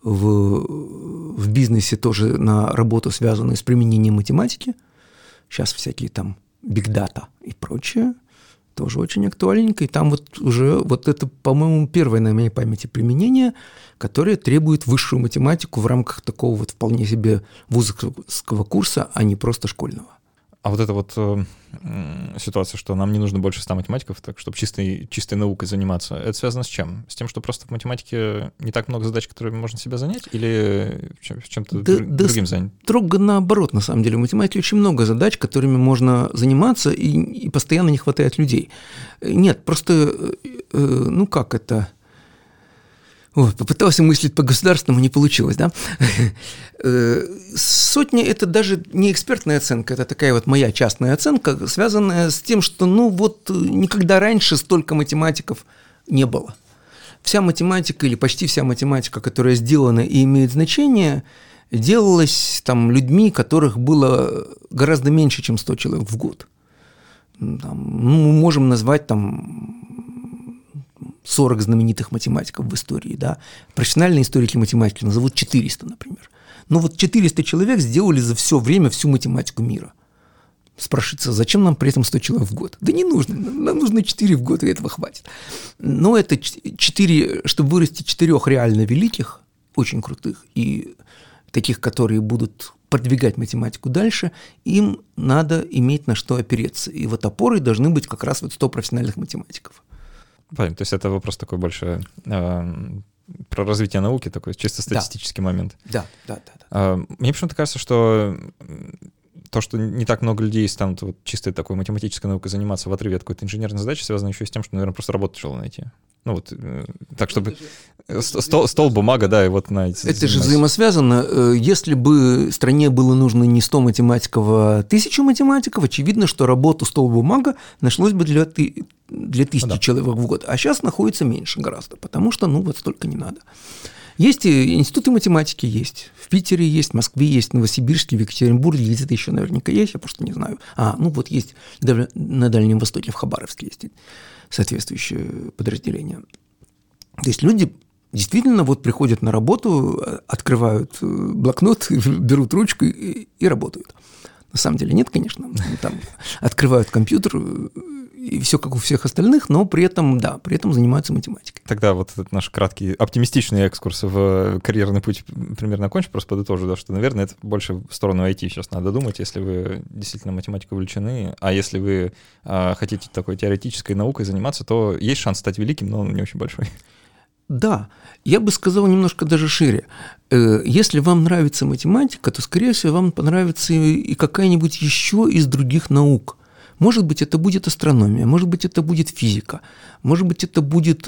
в бизнесе тоже на работу, связанную с применением математики. Сейчас всякие там big data и прочее, тоже очень актуальненько. И там вот уже вот это, по-моему, первое на моей памяти применение, которое требует высшую математику в рамках такого вот вполне себе вузовского курса, а не просто школьного. А вот эта вот ситуация, что нам не нужно больше 100 математиков, так, чтобы чистой наукой заниматься, это связано с чем? С тем, что просто в математике не так много задач, которыми можно себя занять, или чем-то другим занять? Строго наоборот, на самом деле. В математике очень много задач, которыми можно заниматься, и постоянно не хватает людей. Нет, просто, как это... попытался мыслить по-государственному, не получилось, да? Сотни – это даже не экспертная оценка, это такая вот моя частная оценка, связанная с тем, что, никогда раньше столько математиков не было. Вся математика или почти вся математика, которая сделана и имеет значение, делалась там людьми, которых было гораздо меньше, чем 100 человек в год. Мы можем назвать 40 знаменитых математиков в истории, да. Профессиональные историки математики назовут 400, например. 400 человек сделали за все время всю математику мира. Спрашивается, зачем нам при этом 100 человек в год? Да не нужно, нам нужно 4 в год, и этого хватит. Но это 4, чтобы вырасти 4 реально великих, очень крутых, и таких, которые будут продвигать математику дальше, им надо иметь на что опереться. И вот опорой должны быть как раз вот 100 профессиональных математиков. Понятно, то есть это вопрос такой больше про развитие науки, такой чисто статистический момент. Да. Мне почему-то кажется, что то, что не так много людей станут вот чистой такой математической наукой заниматься в отрыве от какой-то инженерной задачи, связано еще и с тем, что, наверное, просто работу тяжело найти. Ну вот, так, чтобы стол, бумага, да, и вот на эти... Это же взаимосвязано. Если бы стране было нужно не 100 математиков, а 1000 математиков, очевидно, что работу стол, бумага нашлось бы для 1000 человек в год. А сейчас находится меньше гораздо, потому что, вот столько не надо. Есть институты математики, есть. В Питере есть, в Москве есть, в Новосибирске, в Екатеринбурге, где-то еще наверняка есть, я просто не знаю. Вот есть на Дальнем Востоке, в Хабаровске есть соответствующее подразделение. То есть люди действительно вот приходят на работу, открывают блокнот, берут ручку и работают. На самом деле нет, конечно, там открывают компьютер, и все как у всех остальных, но при этом занимаются математикой. Тогда вот этот наш краткий оптимистичный экскурс в карьерный путь примерно окончен, просто подытожу, да, что, наверное, это больше в сторону IT сейчас надо думать, если вы действительно математикой увлечены, а если вы хотите такой теоретической наукой заниматься, то есть шанс стать великим, но он не очень большой. Да, я бы сказал немножко даже шире. Если вам нравится математика, то, скорее всего, вам понравится и какая-нибудь еще из других наук. Может быть, это будет астрономия, может быть, это будет физика, может быть, это будет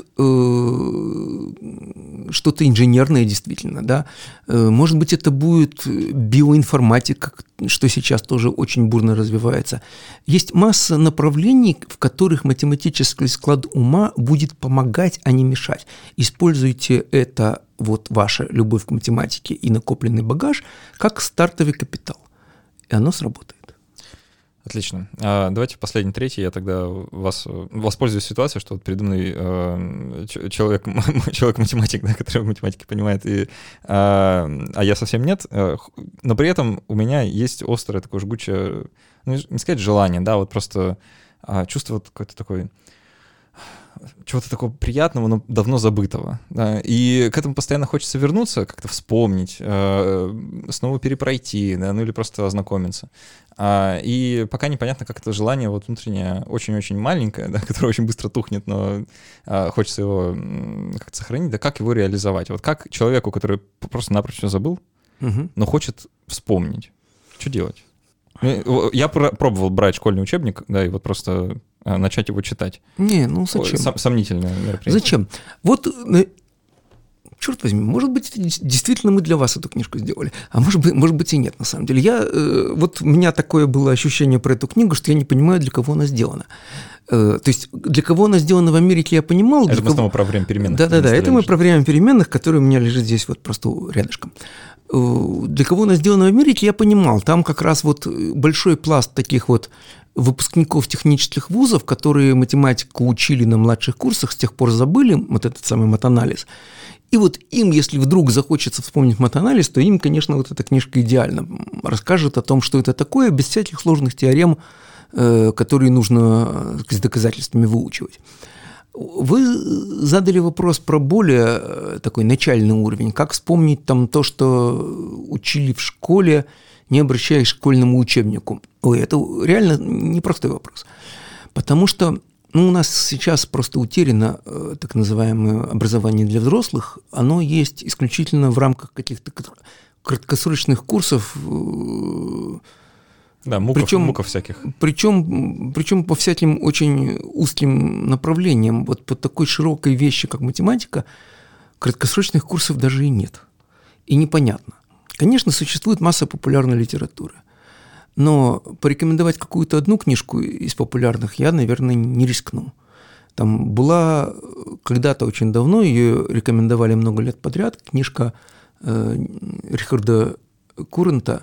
что-то инженерное действительно, да? Может быть, это будет биоинформатика, что сейчас тоже очень бурно развивается. Есть масса направлений, в которых математический склад ума будет помогать, а не мешать. Используйте это, вот ваша любовь к математике и накопленный багаж, как стартовый капитал, и оно сработает. Отлично. Давайте последний, третий. Я тогда воспользуюсь ситуацией, что вот передо мной человек-математик, да, который в математике понимает, а я совсем нет. Но при этом у меня есть острое такое жгучее, не сказать желание, да, вот просто чувство вот какой-то такой чего-то такого приятного, но давно забытого. Да? И к этому постоянно хочется вернуться, как-то вспомнить, снова перепройти, да, или просто ознакомиться. И пока непонятно, как это желание вот внутреннее очень-очень маленькое, да, которое очень быстро тухнет, но хочется его как-то сохранить, да, как его реализовать. Вот как человеку, который просто-напрочь все забыл, но хочет вспомнить, что делать? Я пробовал брать школьный учебник, да, и вот просто начать его читать. Зачем? Сомнительное мероприятие. Зачем? Вот, черт возьми, может быть, действительно мы для вас эту книжку сделали, а может быть и нет, на самом деле. Вот у меня такое было ощущение про эту книгу, что я не понимаю, для кого она сделана. То есть для кого она сделана в Америке, я понимал. Это снова про время переменных. Да, это мы про время переменных, которые у меня лежит здесь вот просто рядышком. Для кого она сделана в Америке, я понимал. Там как раз вот большой пласт таких вот выпускников технических вузов, которые математику учили на младших курсах, с тех пор забыли вот этот самый матанализ. И вот им, если вдруг захочется вспомнить матанализ, то им, конечно, вот эта книжка идеально расскажет о том, что это такое, без всяких сложных теорем, которые нужно с доказательствами выучивать. Вы задали вопрос про более такой начальный уровень, как вспомнить там то, что учили в школе, не обращаясь к школьному учебнику. Это реально непростой вопрос, потому что у нас сейчас просто утеряно так называемое образование для взрослых, оно есть исключительно в рамках каких-то краткосрочных курсов. Да, муков всяких. Причем по всяким очень узким направлениям. Вот по такой широкой вещи, как математика, краткосрочных курсов даже и нет. И непонятно. Конечно, существует масса популярной литературы. Но порекомендовать какую-то одну книжку из популярных я, наверное, не рискну. Там была когда-то очень давно, ее рекомендовали много лет подряд, книжка Рихарда Куррента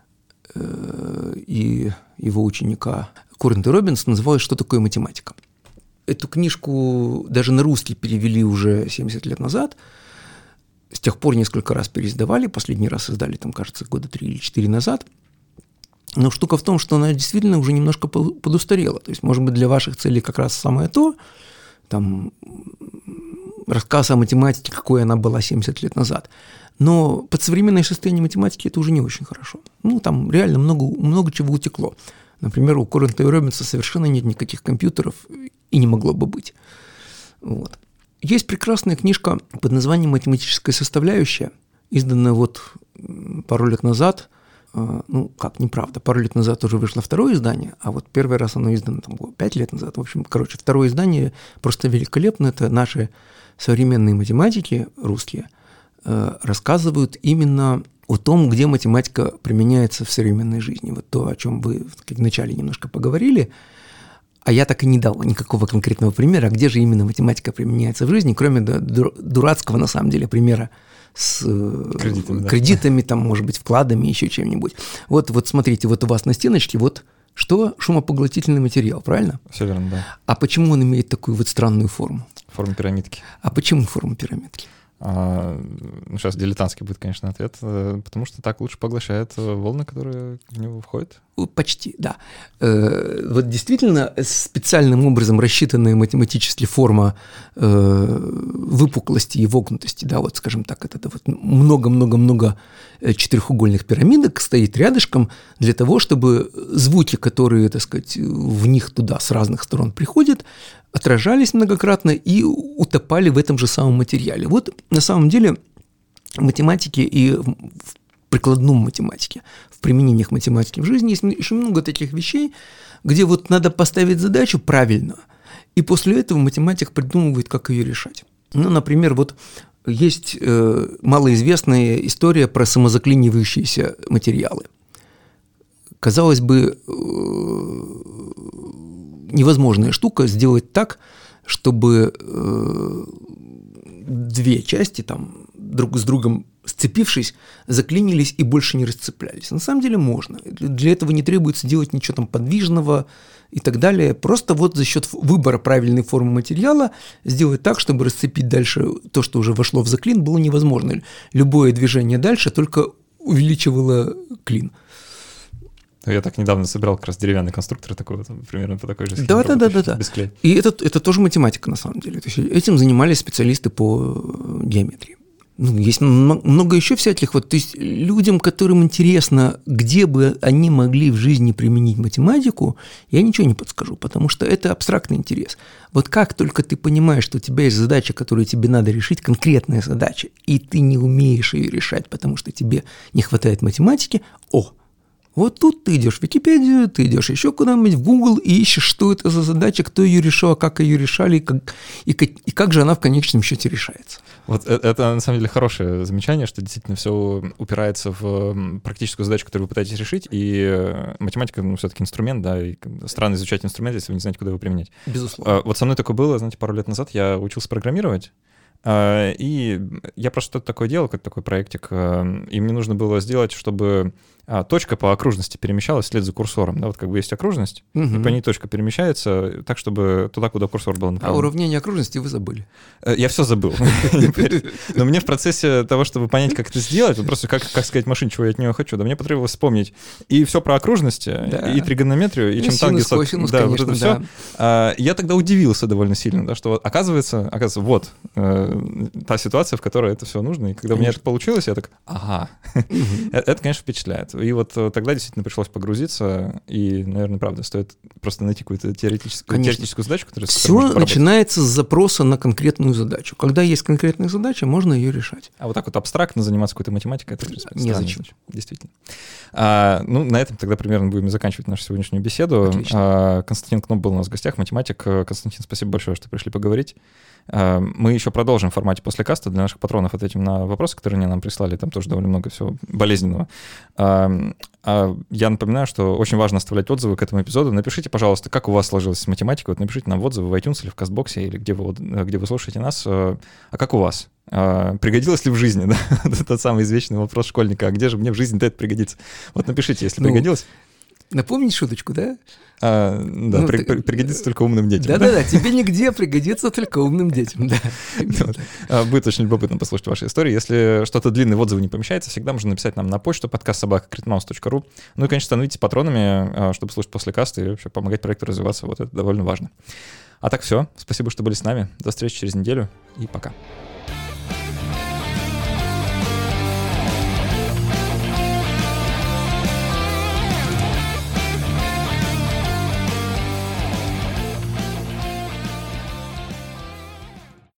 и его ученика Куррент и Робинс, называлась «Что такое математика?». Эту книжку даже на русский перевели уже 70 лет назад, с тех пор несколько раз переиздавали, последний раз издали, там, кажется, года 3 или 4 назад. Но штука в том, что она действительно уже немножко подустарела. То есть, может быть, для ваших целей как раз самое то, там, рассказ о математике, какой она была 70 лет назад. Но под современное состояние математики это уже не очень хорошо. Ну, там реально много чего утекло. Например, у Коррента и Робинса совершенно нет никаких компьютеров и не могло бы быть. Вот. Есть прекрасная книжка под названием «Математическая составляющая», изданная вот пару лет назад. Ну, как, неправда, пару лет назад уже вышло второе издание, а вот первый раз оно издано там, 5 лет назад. В общем, второе издание просто великолепно. Это наши современные математики русские рассказывают именно о том, где математика применяется в современной жизни. Вот то, о чем вы вначале немножко поговорили, а я так и не дал никакого конкретного примера, где же именно математика применяется в жизни, кроме дурацкого, на самом деле, примера с кредитами, там, может быть, вкладами, еще чем-нибудь. Вот смотрите, вот у вас на стеночке вот что? Шумопоглотительный материал, правильно? Все верно, да. А почему он имеет такую вот странную форму? Форму пирамидки. А почему форма пирамидки? Сейчас дилетантский будет, конечно, ответ, потому что так лучше поглощает волны, которые в него входят. Почти, да. Вот действительно специальным образом рассчитанная математически форма выпуклости и вогнутости, да, вот скажем так, это вот много-много-много четырехугольных пирамидок стоит рядышком для того, чтобы звуки, которые, так сказать, в них туда с разных сторон приходят, отражались многократно и утопали в этом же самом материале. Вот на самом деле в математике и в прикладном математике, в применениях математики в жизни есть еще много таких вещей, где вот надо поставить задачу правильно, и после этого математик придумывает, как ее решать. Ну, например, вот есть малоизвестная история про самозаклинивающиеся материалы. Казалось бы, невозможная штука сделать так, чтобы две части там друг с другом сцепившись, заклинились и больше не расцеплялись. На самом деле можно. Для этого не требуется делать ничего там подвижного и так далее. Просто вот за счет выбора правильной формы материала сделать так, чтобы расцепить дальше то, что уже вошло в заклин, было невозможно. Любое движение дальше только увеличивало клин. Я так недавно собирал как раз деревянный конструктор такой вот, примерно по такой же схеме. Да. Без клея. И это тоже математика на самом деле. То есть этим занимались специалисты по геометрии. Ну, есть много еще всяких, вот, то есть людям, которым интересно, где бы они могли в жизни применить математику, я ничего не подскажу, потому что это абстрактный интерес. Вот как только ты понимаешь, что у тебя есть задача, которую тебе надо решить, конкретная задача, и ты не умеешь ее решать, потому что тебе не хватает математики, вот тут ты идешь в Википедию, ты идешь еще куда-нибудь в Google и ищешь, что это за задача, кто ее решил, а как ее решали, и как же она в конечном счете решается. Вот это на самом деле хорошее замечание, что действительно все упирается в практическую задачу, которую вы пытаетесь решить, и математика, все-таки инструмент, да, и странно изучать инструмент, если вы не знаете, куда его применять. Безусловно. Вот со мной такое было, знаете, пару лет назад я учился программировать, и я просто что-то такое делал, как такой проектик, и мне нужно было сделать, чтобы точка по окружности перемещалась вслед за курсором. Да, вот как бы есть окружность, и по ней точка перемещается так, чтобы туда, куда курсор был направлен. А уравнение окружности вы забыли. Я все забыл. Но мне в процессе того, чтобы понять, как это сделать, вот просто как сказать машине, чего я от нее хочу, да, мне потребовалось вспомнить и все про окружности, и тригонометрию, и чем тангенс. Да, вот это все. Я тогда удивился довольно сильно, да, что оказывается, вот та ситуация, в которой это все нужно. И когда у меня это получилось, я так, ага. Это, конечно, впечатляет. И вот тогда действительно пришлось погрузиться, и, наверное, правда, стоит просто найти какую-то теоретическую задачу, которая... Все начинается с запроса на конкретную задачу. Когда есть конкретная задача, можно ее решать. А вот так вот абстрактно заниматься какой-то математикой, это незачем. Действительно. Ну, на этом тогда примерно будем заканчивать нашу сегодняшнюю беседу. Отлично. Константин Кноп был у нас в гостях, математик. Константин, спасибо большое, что пришли поговорить. Мы еще продолжим в формате после каста для наших патронов, ответим на вопросы, которые они нам прислали, там тоже довольно много всего болезненного. Я напоминаю, что очень важно оставлять отзывы к этому эпизоду. Напишите, пожалуйста, как у вас сложилось с математикой. Вот напишите нам в отзывы в iTunes или в Кастбоксе, или где вы слушаете нас. А как у вас? Пригодилось ли в жизни? Да? Тот самый извечный вопрос школьника. А где же мне в жизни это пригодится? Вот напишите, если пригодилось. Напомнить шуточку, да? Пригодится только умным детям. Да-да-да, тебе нигде пригодится только умным детям, да. Будет очень любопытно послушать ваши истории. Если что-то длинное в отзывы не помещается, всегда можно написать нам на почту podcast@critmouse.ru. Ну и, конечно, становитесь патронами, чтобы слушать послекаст и вообще помогать проекту развиваться. Вот это довольно важно. А так все. Спасибо, что были с нами. До встречи через неделю и пока.